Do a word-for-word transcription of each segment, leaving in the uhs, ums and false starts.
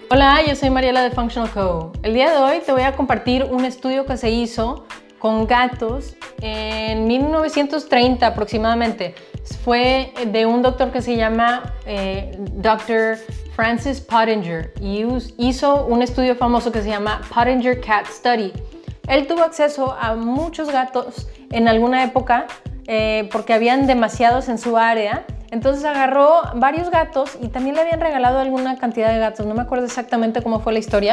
Hola, yo soy Mariela de Functional Co. El día de hoy te voy a compartir un estudio que se hizo con gatos en mil novecientos treinta aproximadamente. Fue de un doctor que se llama eh, doctor Francis Pottenger y hizo un estudio famoso que se llama Pottenger Cat Study. Él tuvo acceso a muchos gatos en alguna época eh, porque habían demasiados en su área. Entonces agarró varios gatos y también le habían regalado alguna cantidad de gatos. No me acuerdo exactamente cómo fue la historia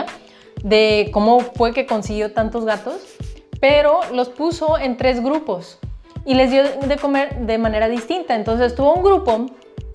de cómo fue que consiguió tantos gatos, pero los puso en tres grupos y les dio de comer de manera distinta. Entonces tuvo un grupo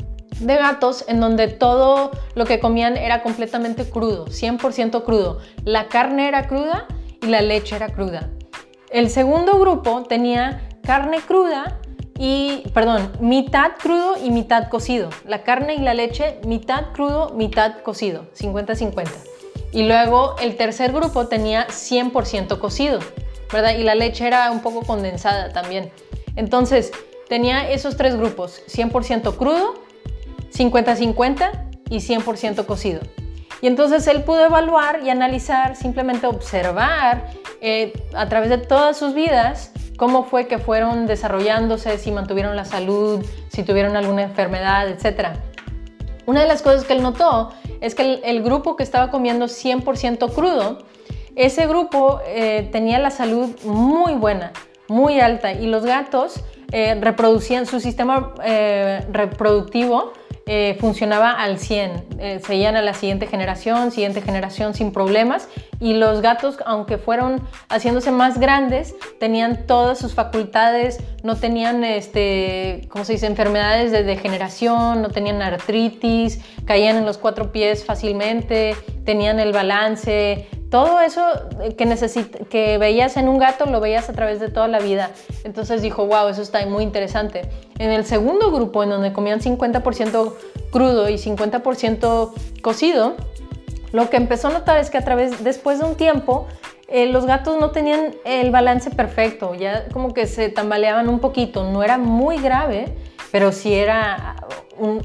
de gatos en donde todo lo que comían era completamente crudo, cien por ciento crudo. La carne era cruda y la leche era cruda. El segundo grupo tenía carne cruda y, perdón, mitad crudo y mitad cocido. La carne y la leche, mitad crudo, mitad cocido, cincuenta cincuenta. Y luego el tercer grupo tenía cien por ciento cocido, ¿verdad? Y la leche era un poco condensada también. Entonces, tenía esos tres grupos, cien por ciento crudo, cincuenta cincuenta y cien por ciento cocido. Y entonces él pudo evaluar y analizar, simplemente observar eh, a través de todas sus vidas, cómo fue que fueron desarrollándose, si mantuvieron la salud, si tuvieron alguna enfermedad, etcétera. Una de las cosas que él notó es que el, el grupo que estaba comiendo cien por ciento crudo, ese grupo eh, tenía la salud muy buena, muy alta, y los gatos eh, reproducían, su sistema eh, reproductivo eh, funcionaba al cien, eh, seguían a la siguiente generación, siguiente generación sin problemas, y los gatos, aunque fueron haciéndose más grandes, tenían todas sus facultades, no tenían, este, ¿cómo se dice?, enfermedades de degeneración, no tenían artritis, caían en los cuatro pies fácilmente, tenían el balance. Todo eso que, necesit que veías en un gato lo veías a través de toda la vida. Entonces dijo, wow, eso está muy interesante. En el segundo grupo, en donde comían cincuenta por ciento crudo y cincuenta por ciento cocido, lo que empezó a notar es que a través, después de un tiempo, eh, los gatos no tenían el balance perfecto. Ya como que se tambaleaban un poquito. No era muy grave, pero sí era un,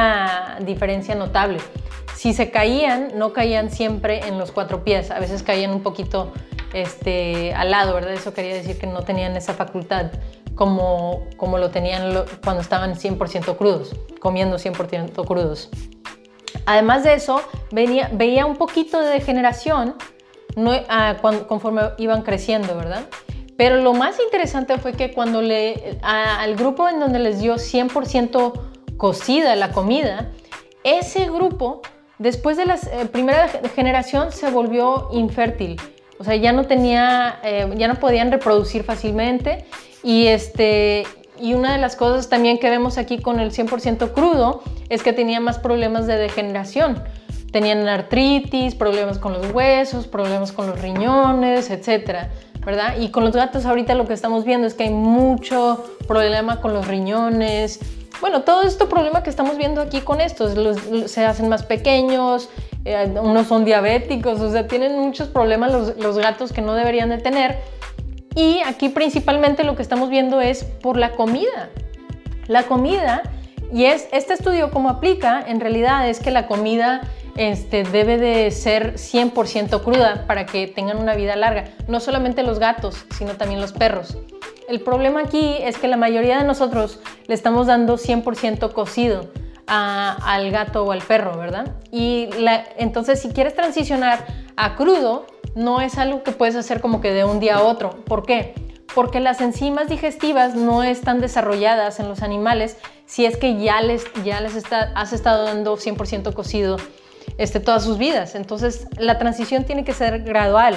una diferencia notable. Si se caían, no caían siempre en los cuatro pies, a veces caían un poquito este, al lado, ¿verdad? Eso quería decir que no tenían esa facultad como, como lo tenían lo, cuando estaban cien por ciento crudos, comiendo cien por ciento crudos. Además de eso, venía, veía un poquito de degeneración no, ah, cuando, conforme iban creciendo, ¿verdad? Pero lo más interesante fue que cuando le, a, al grupo en donde les dio cien por ciento cocida la comida, ese grupo, después de la eh, primera generación, se volvió infértil. O sea, ya no tenía, eh, ya no podían reproducir fácilmente. Y, este, y una de las cosas también que vemos aquí con el cien por ciento crudo es que tenía más problemas de degeneración. Tenían artritis, problemas con los huesos, problemas con los riñones, etcétera, ¿verdad? Y con los gatos ahorita lo que estamos viendo es que hay mucho problema con los riñones. Bueno, todo este problema que estamos viendo aquí con estos, los, los, se hacen más pequeños, eh, unos son diabéticos, o sea, tienen muchos problemas los, los gatos que no deberían de tener. Y aquí principalmente lo que estamos viendo es por la comida. La comida, y es este estudio cómo aplica, en realidad es que la comida este, debe de ser cien por ciento cruda para que tengan una vida larga. No solamente los gatos, sino también los perros. El problema aquí es que la mayoría de nosotros le estamos dando cien por ciento cocido a, al gato o al perro, ¿verdad? Y la, entonces si quieres transicionar a crudo, no es algo que puedes hacer como que de un día a otro. ¿Por qué? Porque las enzimas digestivas no están desarrolladas en los animales si es que ya les, ya les está, has estado dando cien por ciento cocido este, todas sus vidas. Entonces la transición tiene que ser gradual.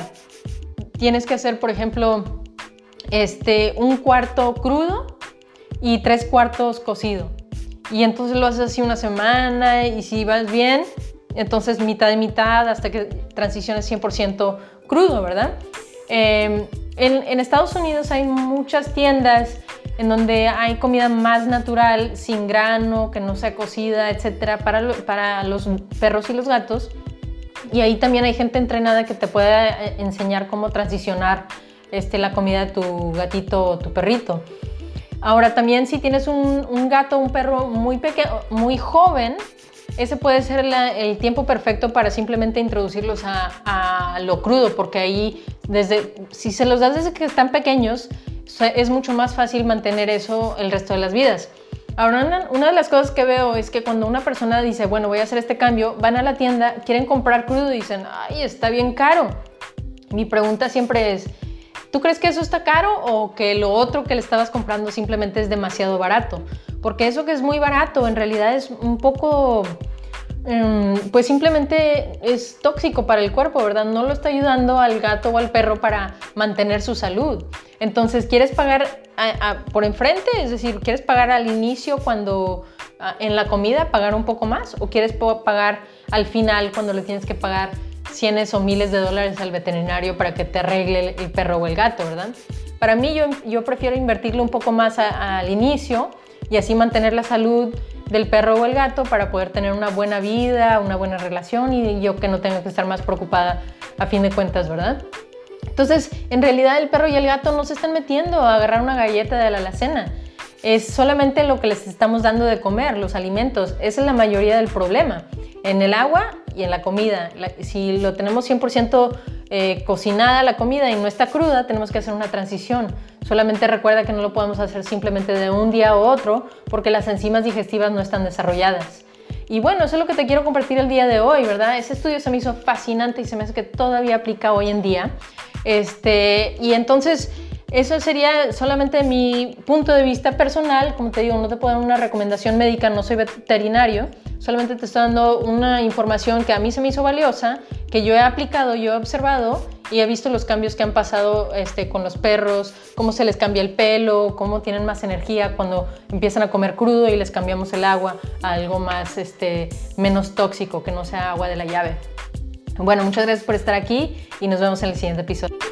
Tienes que hacer, por ejemplo, Este, un cuarto crudo y tres cuartos cocido, y entonces lo haces así una semana, y si vas bien, entonces mitad y mitad hasta que transiciones cien por ciento crudo, ¿verdad? Eh, en, en Estados Unidos hay muchas tiendas en donde hay comida más natural, sin grano, que no sea cocida, etcétera, para, lo, para los perros y los gatos, y ahí también hay gente entrenada que te puede enseñar cómo transicionar Este, la comida de tu gatito o tu perrito. Ahora también si tienes un, un gato o un perro muy pequeño, muy joven, ese puede ser la, el tiempo perfecto para simplemente introducirlos a, a lo crudo, porque ahí, desde, si se los das desde que están pequeños, es mucho más fácil mantener eso el resto de las vidas. Ahora, una, una de las cosas que veo es que cuando una persona dice, bueno, voy a hacer este cambio, van a la tienda, quieren comprar crudo y dicen, ay, está bien caro. Mi pregunta siempre es, ¿tú crees que eso está caro o que lo otro que le estabas comprando simplemente es demasiado barato? Porque eso que es muy barato en realidad es un poco, pues simplemente es tóxico para el cuerpo, ¿verdad? No lo está ayudando al gato o al perro para mantener su salud. Entonces, ¿quieres pagar a, a, por enfrente? Es decir, ¿quieres pagar al inicio cuando a, en la comida pagar un poco más? ¿O quieres pagar al final cuando le tienes que pagar cientos o miles de dólares al veterinario para que te arregle el, el perro o el gato, ¿verdad? Para mí, yo, yo prefiero invertirle un poco más a, a, al inicio y así mantener la salud del perro o el gato para poder tener una buena vida, una buena relación y yo que no tenga que estar más preocupada a fin de cuentas, ¿verdad? Entonces, en realidad el perro y el gato no se están metiendo a agarrar una galleta de la alacena. Es solamente lo que les estamos dando de comer, los alimentos. Esa es la mayoría del problema. En el agua y en la comida. La, si lo tenemos cien por ciento eh, cocinada la comida y no está cruda, tenemos que hacer una transición. Solamente recuerda que no lo podemos hacer simplemente de un día a otro porque las enzimas digestivas no están desarrolladas. Y bueno, eso es lo que te quiero compartir el día de hoy, ¿verdad? Ese estudio se me hizo fascinante y se me hace que todavía aplica hoy en día. Este, y entonces, eso sería solamente mi punto de vista personal. Como te digo, no te puedo dar una recomendación médica, no soy veterinario. Solamente te estoy dando una información que a mí se me hizo valiosa, que yo he aplicado, yo he observado y he visto los cambios que han pasado este, con los perros, cómo se les cambia el pelo, cómo tienen más energía cuando empiezan a comer crudo y les cambiamos el agua a algo más, este, menos tóxico, que no sea agua de la llave. Bueno, muchas gracias por estar aquí y nos vemos en el siguiente episodio.